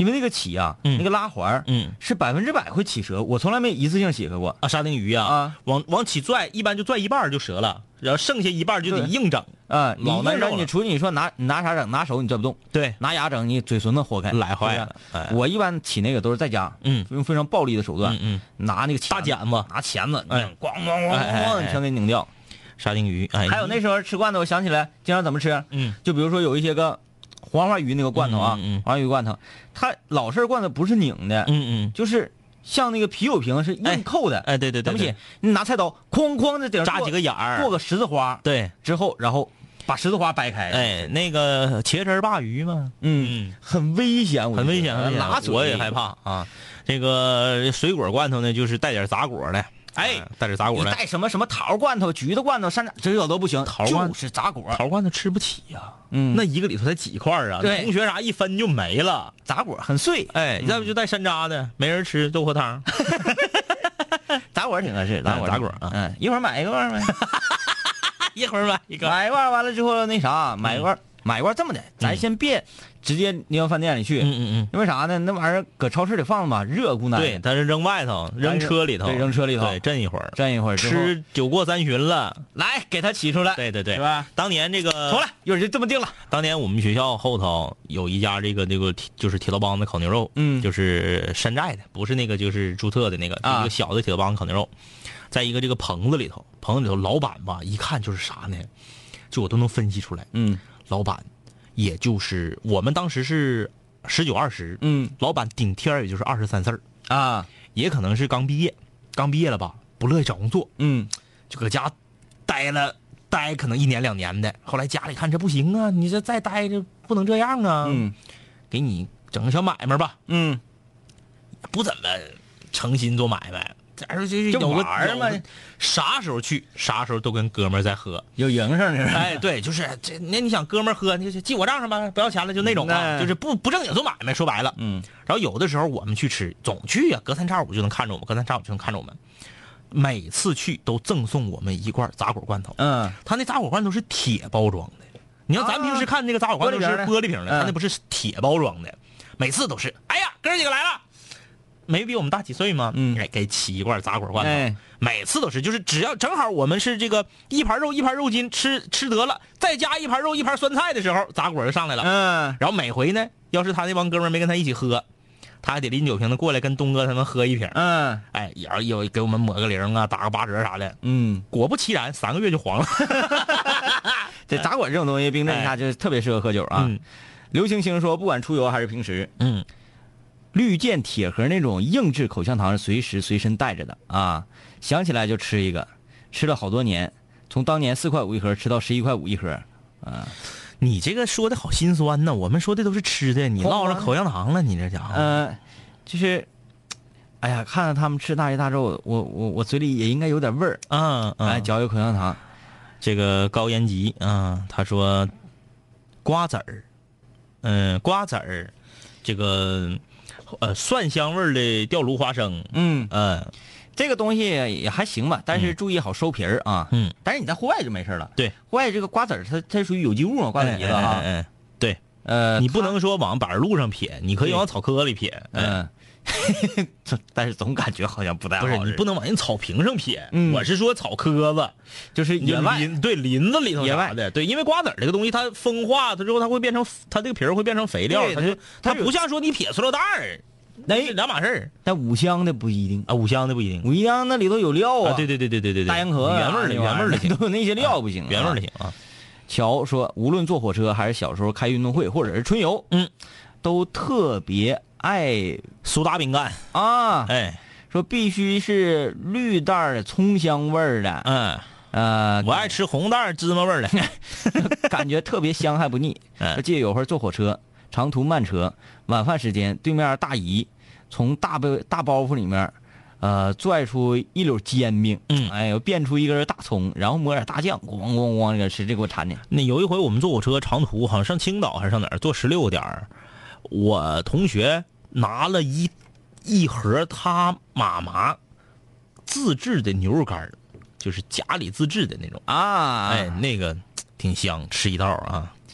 因为那个起啊， 嗯那个拉环， 嗯， 是百分之百会起折，我从来没一次性起折过啊。沙丁鱼啊， 啊， 往往起拽，一般就拽一半就折了，然后剩下一半就得硬整啊。你老难受了。 你除了你说拿你拿啥整，拿手你拽不动， 对， 拿牙整你嘴唇子豁开， 来坏了。 哎、我一般起那个都是在家， 嗯， 用非常暴力的手段， 嗯嗯， 拿那个大剪子， 拿钳子， 哎， 咣咣咣咣，全给拧掉。 沙丁鱼，哎， 还有那时候吃罐头，我想起来经常怎么吃， 嗯， 就比如说有一些个黄花鱼那个罐头啊， 嗯嗯嗯、 黄花鱼罐头，它老式罐头不是拧的， 嗯嗯， 就是像那个啤酒瓶是硬扣的， 哎，哎对对对， 怎么起？你拿菜刀哐哐在顶上扎几个眼儿， 过个十字花， 对， 之后然后把十字花掰开， 哎，那个茄汁鲅鱼嘛， 嗯，很危险， 很危险，很危险， 拉嘴我也害怕啊。这个水果罐头呢，就是带点杂果的。哎，带点杂果的， 你带什么什么桃罐头、橘子罐头、山楂，这个都不行。 桃罐就是杂果， 桃罐头吃不起呀、啊。 嗯， 那一个里头才几块啊？ 对， 同学啥一分就没了。 杂果很碎， 哎，要不就带山楂的，没人吃豆腐汤。 杂果挺合适，杂果杂果啊， 嗯，一会儿买一罐呗。 一会儿买一个， 买一罐完了之后那啥，买一罐。买一罐这么的，咱先别直接拎到饭店里去， 嗯嗯嗯， 因为啥呢？那玩意儿搁超市里放嘛，热乎难。 对，但是扔外头，扔车里头， 对，扔车里头， 对，震一会儿， 震一会儿， 吃酒过三巡了， 来给他起出来。 对对对， 是吧？ 当年这个重来，一会儿就这么定了。 当年我们学校后头有一家这个这个就是铁道帮的烤牛肉， 嗯， 就是山寨的，不是那个就是注册的那个， 啊、 一个小的铁道帮烤牛肉，在一个这个棚子里头，棚子里头老板吧，一看就是啥呢？就我都能分析出来， 嗯， 老板。也就是我们当时是十九二十， 嗯， 老板顶天也就是二十三四啊， 也可能是刚毕业，刚毕业了吧，不乐意找工作， 嗯， 就搁家待了待可能一年两年的，后来家里看这不行啊，你这再待着不能这样啊， 嗯， 给你整个小买卖吧， 嗯， 不怎么诚心做买卖。而且有个玩嘛， 啥时候去，啥时候都跟哥们儿在喝， 有赢上的。 哎，对，就是这，那你想哥们儿喝，你就记我账上吧，不要钱了，就那种啊，就是不不正经做买卖，说白了， 嗯。 然后有的时候我们去吃，总去呀、啊，隔三差五就能看着我们，隔三差五就能看着我们。每次去都赠送我们一罐杂果罐头， 嗯， 他那杂果罐头是铁包装的。你要咱平时看那个杂果罐头是玻璃瓶的，他那不是铁包装的，每次都是，哎呀，哥儿几个来了。没比我们大几岁吗？ 嗯， 哎，给起一罐杂果罐头， 哎， 每次都是，就是只要正好我们是这个一盘肉一盘肉筋吃吃得了，再加一盘肉一盘酸菜的时候，杂果就上来了。 嗯， 然后每回呢，要是他那帮哥们没跟他一起喝，他还得拎酒瓶子过来跟东哥他们喝一瓶。 嗯， 哎，然后有给我们抹个零啊，打个八折啥的。 嗯， 果不其然，三个月就黄了。 这杂果这种东西冰镇一下就特别适合喝酒啊。 嗯， 刘星星说，不管出游还是平时， 嗯。 绿箭铁盒那种硬质口香糖是随时随身带着的啊，想起来就吃一个，吃了好多年，从当年四块五一盒吃到十一块五一盒啊。 你这个说的好心酸呢，我们说的都是吃的，你唠上口香糖了，你这家伙。 嗯、呃，就是，哎呀，看着他们吃大鱼大肉，我我我嘴里也应该有点味儿。 嗯嗯， 哎，嚼一口香糖。 这个高延吉啊、嗯，他说瓜子儿，嗯，瓜子儿，这个。呃，蒜香味的吊炉花生， 嗯呃， 这个东西也还行吧，但是注意好收皮儿啊。 嗯， 但是你在户外就没事了。 对， 户外这个瓜子儿，它它属于有机物嘛，瓜子皮子啊。 嗯，对， 呃， 你不能说往板路上撇，你可以往草棵里撇。 嗯，但是总感觉好像不太好。 不是，你不能往人草坪上撇。 嗯， 我是说草棵子， 就是野外， 对林子里头野外的。对，因为瓜子儿这个东西，它风化它之后，它会变成它这个皮儿会变成肥料，它就它不像说你撇塑料袋儿。那是两码事儿， 但五香的不一定啊，五香的不一定， 五香那里头有料啊， 对对对对对对对， 大洋河原味的原味的行， 都有那些料不行， 原味的行啊。 乔说，无论坐火车还是小时候开运动会或者是春游， 嗯， 都特别爱苏打饼干啊， 哎， 说必须是绿袋的葱香味儿的， 嗯呃， 我爱吃红袋芝麻味儿的， 感觉特别香还不腻。 嗯， 记得有会儿坐火车。长途慢车，晚饭时间，对面大姨从大包大包袱里面，呃，拽出一绺煎饼， 嗯， 哎呦，变出一根大葱，然后抹点大酱，咣咣咣，这个吃，这给我馋的。 那有一回我们坐火车长途，好像上青岛还是上哪儿，坐十六个点儿，我同学拿了一一盒他妈妈自制的牛肉干，就是家里自制的那种啊， 哎，那个挺香，吃一道啊。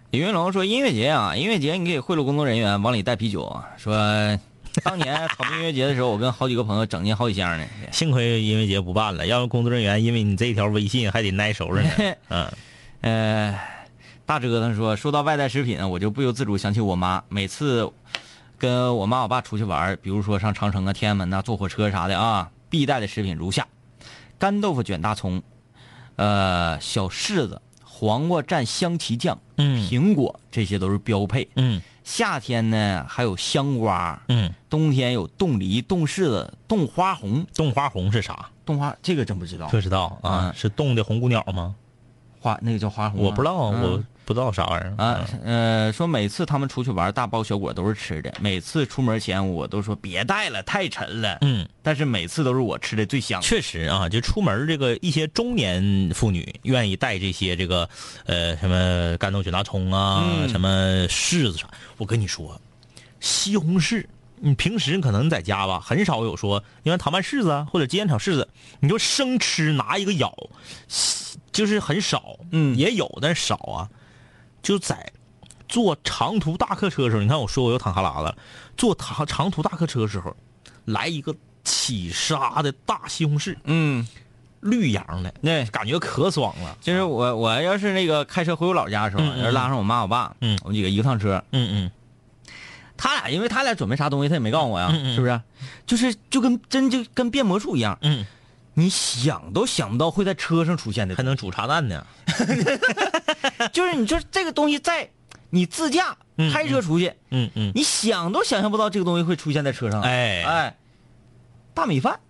李云龙说音乐节啊，音乐节你可以贿赂工作人员往里带啤酒啊，说当年草莓音乐节的时候，我跟好几个朋友整进好几箱呢。 幸亏音乐节不办了，要是工作人员因为你这一条微信还得挨收着呢。嗯， 呃，大折腾说，说到外带食品，我就不由自主想起我妈，每次跟我妈我爸出去玩，比如说上长城啊、天安门呐、坐火车啥的啊，必带的食品如下：干豆腐卷大葱，呃，小柿子。黄瓜蘸香芹酱， 嗯， 苹果这些都是标配， 嗯， 夏天呢还有香瓜， 嗯， 冬天有冻梨、冻柿子、冻花红。 冻花红是啥？ 冻花这个真不知道， 不知道啊，嗯、是冻的红姑鸟吗？ 花那个叫花红， 我不知道， 嗯、 我不知道啥玩意儿啊。呃，说每次他们出去玩，大包小裹都是吃的。每次出门前我都说别带了，太沉了。 嗯， 但是每次都是我吃的最香。 确实啊，就出门这个一些中年妇女愿意带这些这个呃什么干豆卷大葱啊，嗯、什么柿子啥。我跟你说，西红柿。你平时可能在家吧，很少有说，因为糖拌柿子啊，或者鸡蛋炒柿子，你就生吃拿一个咬，就是很少， 嗯， 也有，但是少啊。就在坐长途大客车的时候，你看我说我有淌哈喇子，坐长长途大客车的时候，来一个起沙的大西红柿， 嗯， 绿瓤的， 对， 感觉可爽了。 就是我我要是那个开车回我老家的时候， 嗯嗯、 要是拉上我妈我爸， 嗯， 我们几个一个趟车， 嗯嗯。 他俩因为他俩准备啥东西，他也没告诉我呀， 嗯嗯是不是？就是就跟真就跟变魔术一样， 嗯， 你想都想不到会在车上出现的， 还能煮茶蛋呢。 就是你说这个东西在你自驾开车出去， 嗯 嗯, 嗯， 你想都想象不到这个东西会出现在车上。 哎哎，大米饭，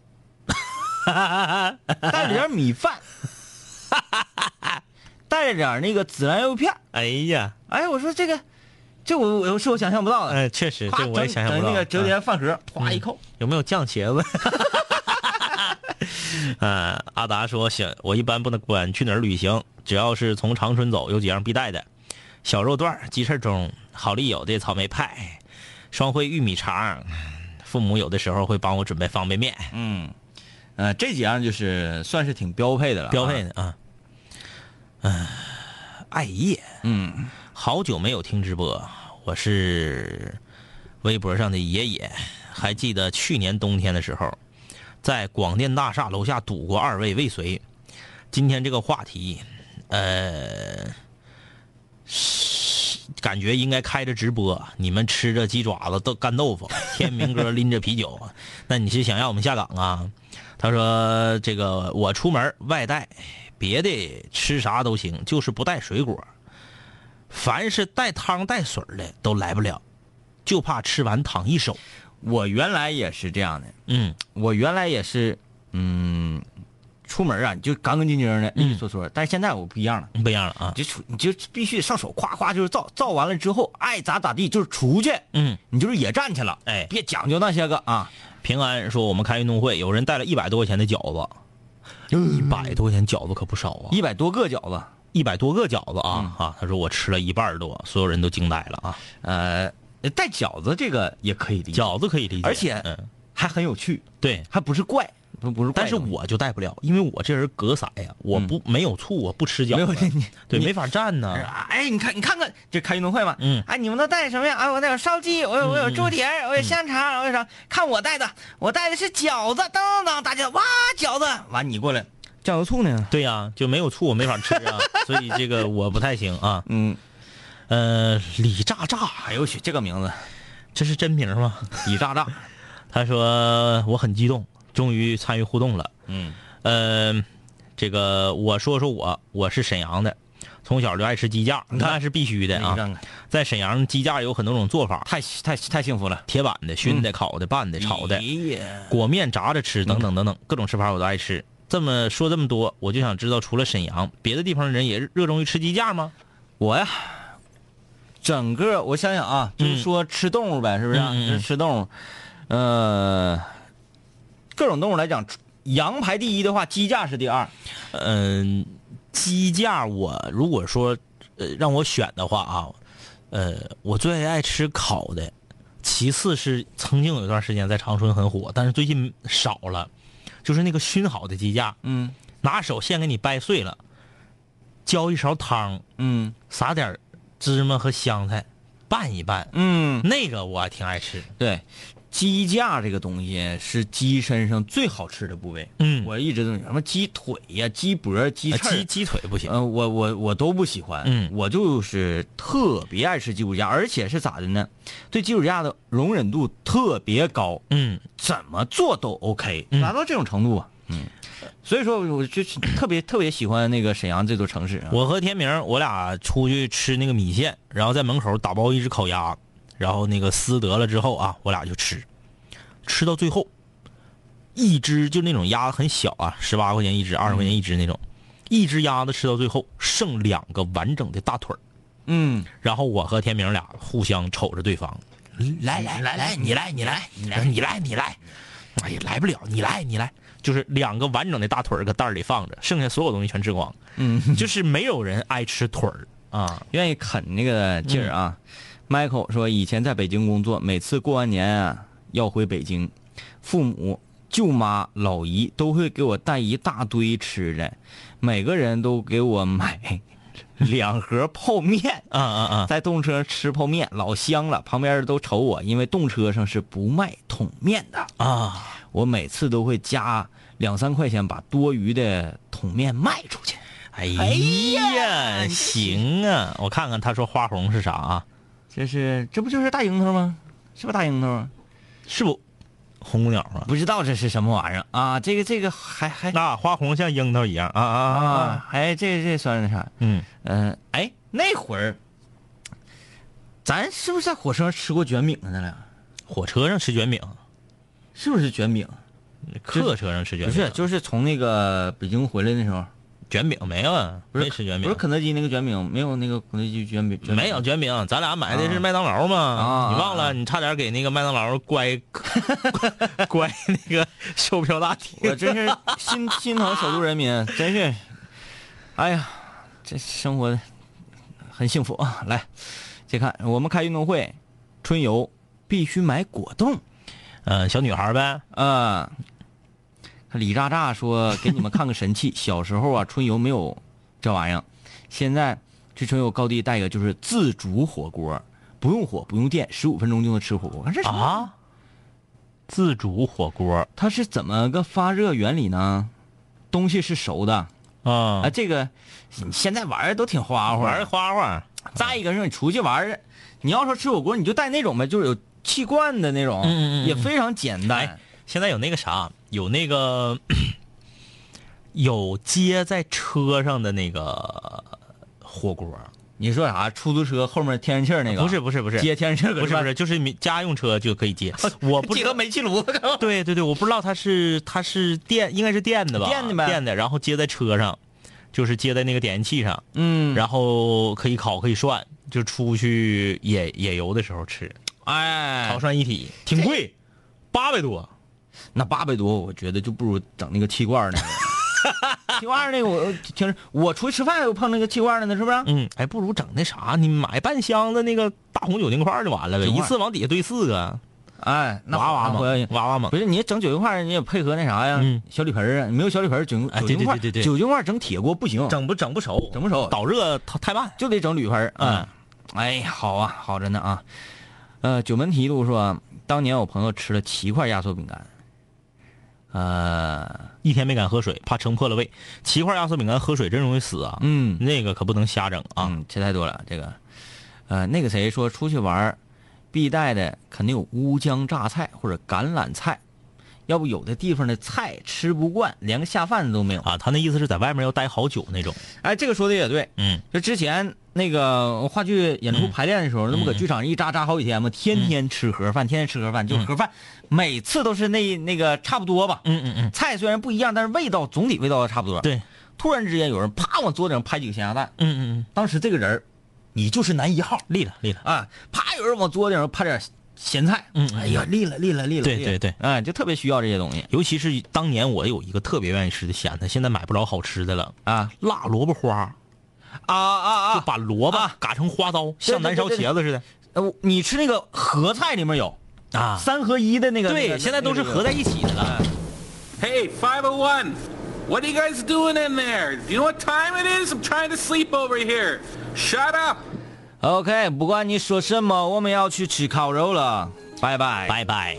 带着点米饭，带着点那个孜然肉片。 哎呀， 哎，我说这个。这我我是我想象不到的， 哎、呃，确实，这我也想象不到。 那个折叠饭盒，哗、嗯、一扣， 有没有酱茄子？呃，阿达说，想我一般不能管去哪儿旅行，只要是从长春走，有几样必带的：小肉段、鸡翅中、好丽友的草莓派、双汇玉米肠。父母有的时候会帮我准备方便面。 嗯，呃，这几样就是算是挺标配的了， 标配的啊。嗯、呃，艾叶， 嗯。 好久没有听直播，我是微博上的爷爷。还记得去年冬天的时候，在广电大厦楼下堵过二位未遂。今天这个话题，呃，感觉应该开着直播，你们吃着鸡爪子、豆干豆腐，天明哥拎着啤酒，那你是想让我们下岗啊？他说：“这个我出门外带，别的吃啥都行，就是不带水果。”凡是带汤带水的都来不了，就怕吃完躺一手。 我原来也是这样的， 嗯， 我原来也是，嗯，出门啊就干干净净的，利利索索。但是现在我不一样了， 不一样了啊！ 就出你就必须上手，夸夸就是造，造完了之后爱咋咋地，就是出去， 嗯， 你就是野战去了， 哎， 别讲究那些个啊。 平安说我们开运动会，有人带了一百多块钱的饺子，一百多块钱饺子可不少啊， 一百多个饺子。 一百多个饺子啊、 嗯、 啊！他说我吃了一半多，所有人都惊呆了啊！ 呃，带饺子这个也可以理解， 饺子可以理解， 而且还很有趣， 对， 还不是怪，不不是怪。 但是我就带不了，因为我这人隔色呀，我不、嗯、没有醋，我不吃饺子， 没有对，没法蘸呢。 哎，你看，你看看，这开运动会嘛， 嗯， 哎，你们都带什么呀？哎，我带有烧鸡，我有我有猪蹄儿，我有香肠，我有啥？看我带的，我带的是饺子，当当当，大家哇饺子，完你过来。酱油醋呢？ 对呀、啊，就没有醋我没法吃啊，所以这个我不太行啊。 嗯， 呃，李炸炸， 哎呦我去，这个名字， 这是真名吗？ 李炸炸， 他说我很激动，终于参与互动了。 嗯， 呃，这个我说说我，我是沈阳的，从小就爱吃鸡架，那是必须的啊。 看看在沈阳鸡架有很多种做法， 太太太幸福了， 铁板的、熏的、烤的、拌的、炒的，裹面炸着吃，等等等等，各种吃法我都爱吃。这么说这么多，我就想知道，除了沈阳，别的地方的人也热衷于吃鸡架吗？ 我呀，整个我想想啊，就是说吃动物呗，是不是？ 嗯嗯、 吃动物，呃，各种动物来讲，羊排第一的话，鸡架是第二。 嗯、呃，鸡架我如果说呃让我选的话啊，呃，我最爱吃烤的，其次是曾经有一段时间在长春很火，但是最近少了。就是那个熏好的鸡架， 嗯， 拿手先给你掰碎了，浇一勺汤， 嗯， 撒点芝麻和香菜拌一拌， 嗯， 那个我还挺爱吃。 对，鸡架这个东西是鸡身上最好吃的部位。 嗯， 我一直都什么鸡腿呀、鸡脖、鸡翅、 鸡鸡腿不行。 嗯、呃，我我我都不喜欢。 嗯， 我就是特别爱吃鸡骨架，而且是咋的呢？对鸡骨架的容忍度特别高。 嗯， 怎么做都 OK，达到这种程度啊。嗯，所以说我就特别特别喜欢那个沈阳这座城市、啊。 我和天明，我俩出去吃那个米线，然后在门口打包一只烤鸭，然后那个撕得了之后啊，我俩就吃，吃到最后，一只就那种鸭子很小啊，十八块钱一只，二十块钱一只那种，一只鸭子吃到最后剩两个完整的大腿儿。 嗯， 然后我和天明俩互相瞅着对方，来来来来，你来你来你来你来你来，哎呀来不了，你来你来。就是两个完整的大腿儿搁袋里放着，剩下所有东西全吃光。 嗯， 就是没有人爱吃腿儿啊， 愿意啃那个劲儿啊。嗯、Michael 说，以前在北京工作，每次过完年啊要回北京，父母、舅妈、老姨都会给我带一大堆吃的，每个人都给我买两盒泡面。 啊啊啊！ 在动车吃泡面老香了，旁边人都瞅我，因为动车上是不卖桶面的啊。 我每次都会加两三块钱把多余的桶面卖出去。 哎呀，行啊！我看看他说花红是啥啊？ 这是这不就是大樱桃吗？是不是大樱桃？ 是不？红姑娘啊？ 不知道这是什么玩意儿啊？这个这个还还那花红像樱桃一样啊啊啊！ 啊哎，这这算是啥？ 嗯嗯、呃，哎，那会儿咱是不是在火车上吃过卷饼啊？咱俩火车上吃卷饼。 是不是卷饼？ 客车上吃卷饼？ 不是，就是从那个北京回来那时候， 卷饼没有啊？不是没吃卷饼， 不是肯德基那个卷饼，没有那个肯德基卷饼，卷饼没有卷饼，咱俩买的是麦当劳嘛？ 啊、 你忘了？你差点给那个麦当劳乖乖那个售票大厅。 我真是心心疼首都人民，真是，哎呀，这生活很幸福啊！来，再看我们开运动会，春游必须买果冻。 嗯、呃，小女孩呗。 嗯，李炸炸说给你们看个神器。小时候啊，春游没有这玩意儿，现在去春游高低带一个就是自煮火锅，不用火不用电，十五分钟就能吃火锅。这是啊？自煮火锅它是怎么个发热原理呢？东西是熟的啊啊，这个现在玩的都挺花花， 玩花花。 再一个是你出去玩，你要说吃火锅，你就带那种呗，就是有气罐的那种， 嗯嗯嗯也非常简单、 哎。现在有那个啥，有那个有接在车上的那个火锅。 你说啥？出租车后面天然气那个？ 不是不是不是， 接天然气不是不是，就是家用车就可以接。我不结合煤气炉。 对对对，我不知道它是它是电，应该是电的吧？ 电的呗， 电的，然后接在车上，就是接在那个点烟器上。 嗯， 然后可以烤可以涮，就出去野野游的时候吃。 哎， 烤涮一体挺贵，八百多。 那八百多，我觉得就不如整那个气罐那个。气罐那个我听着，我出去吃饭我碰那个气罐的呢，是不是？ 嗯，哎，不如整那啥，你买半箱子那个大红酒精块就完了呗，一次往底下堆四个。 哎，那娃娃嘛，娃娃嘛。 不是你整酒精块，你也配合那啥呀？ 嗯、 小铝盆啊，你没有小铝盆，酒酒精块， 对对对对对， 酒精块整铁锅不行， 整不整不熟， 整不熟， 导热太慢， 就得整铝盆。嗯，哎呀，好啊，好着呢啊。呃，九门提督说，当年我朋友吃了七块压缩饼干，呃， 一天没敢喝水，怕撑破了胃。七块压缩饼干喝水真容易死啊！ 嗯， 那个可不能瞎整啊， 嗯、吃太多了。这个，呃，那个谁说出去玩必带的肯定有乌江榨菜或者橄榄菜，要不有的地方的菜吃不惯，连个下饭的都没有啊。他那意思是在外面要待好久那种。 哎，这个说的也对。 嗯， 就之前那个话剧演出排练的时候， 嗯、 那不搁剧场一扎扎好几天吗？天天吃盒饭，天天吃盒饭，就是盒饭，每次都是那那个差不多吧。 嗯嗯嗯。 菜虽然不一样，但是味道总体味道差不多。 对。 突然之间有人啪往桌子上拍几个咸鸭蛋。 嗯嗯嗯。 当时这个人，你就是男一号， 立了立了啊！啪，有人往桌子上拍点咸菜。 嗯， 哎呀，立了立了立了。 对对对， 哎，就特别需要这些东西。 尤其是当年我有一个特别愿意吃的咸菜，现在买不着好吃的了啊， 辣萝卜花。 啊啊啊！ 就把萝卜嘎成花刀，像南烧茄子似的。 呃，你吃那个合菜里面有啊， 三合一的那个。 对，现在都是合在一起的了。 Hey, five oh one, what are you guys doing in there? Do you know what time it is? I'm trying to sleep over here. Shut up. OK， 不管你说什么，我们要去吃烤肉了，拜拜， 拜拜。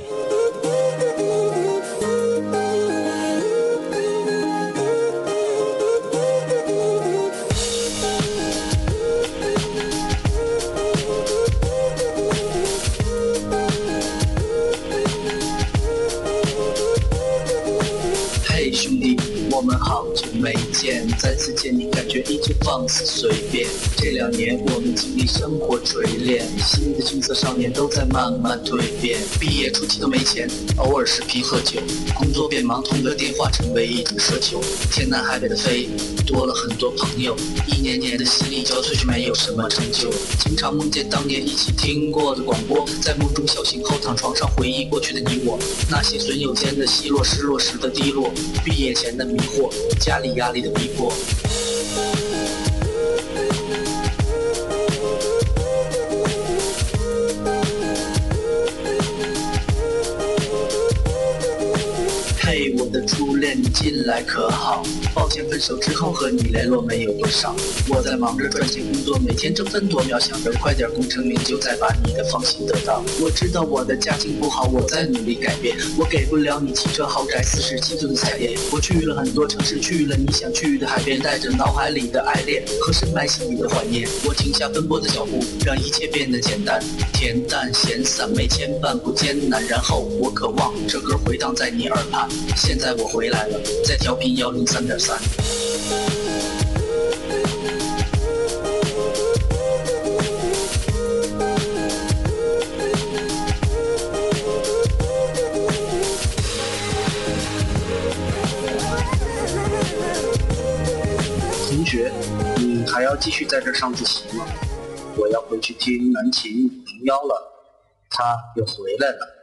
嘿，兄弟，我们好久没见，再次见你感觉依旧放肆随便。这两年我们经历生活锤炼，新的青涩少年都在慢慢蜕变。毕业初期都没钱，偶尔视频喝酒，工作变忙，通个电话成为一种奢求。天南海北的飞，多了很多朋友，一年年的犀利交瘁却没有什么成就。经常梦见当年一起听过的广播，在梦中小醒后躺床上回忆过去的你我，那些损友间的奚落，失落时的低落，毕业前的迷惑，家里压力的逼迫。嘿，我的初恋，你近来可好？抱歉，分手之后和你联络没有多少。我在忙着赚钱工作，每天争分夺秒，想着快点功成名就，再把你的芳心得到。我知道我的家境不好，我在努力改变。我给不了你汽车豪宅，四十七寸的彩电。我去了很多城市，去了你想去的海边，带着脑海里的爱恋和深埋心里的怀念。我停下奔波的脚步，让一切变得简单，恬淡闲散，没牵绊不艰难。然后我渴望这歌回荡在你耳畔。现在我回来了，在调频幺零三点三。同学，你还要继续在这上自习吗？我要回去听南琴五零幺了，他又回来了。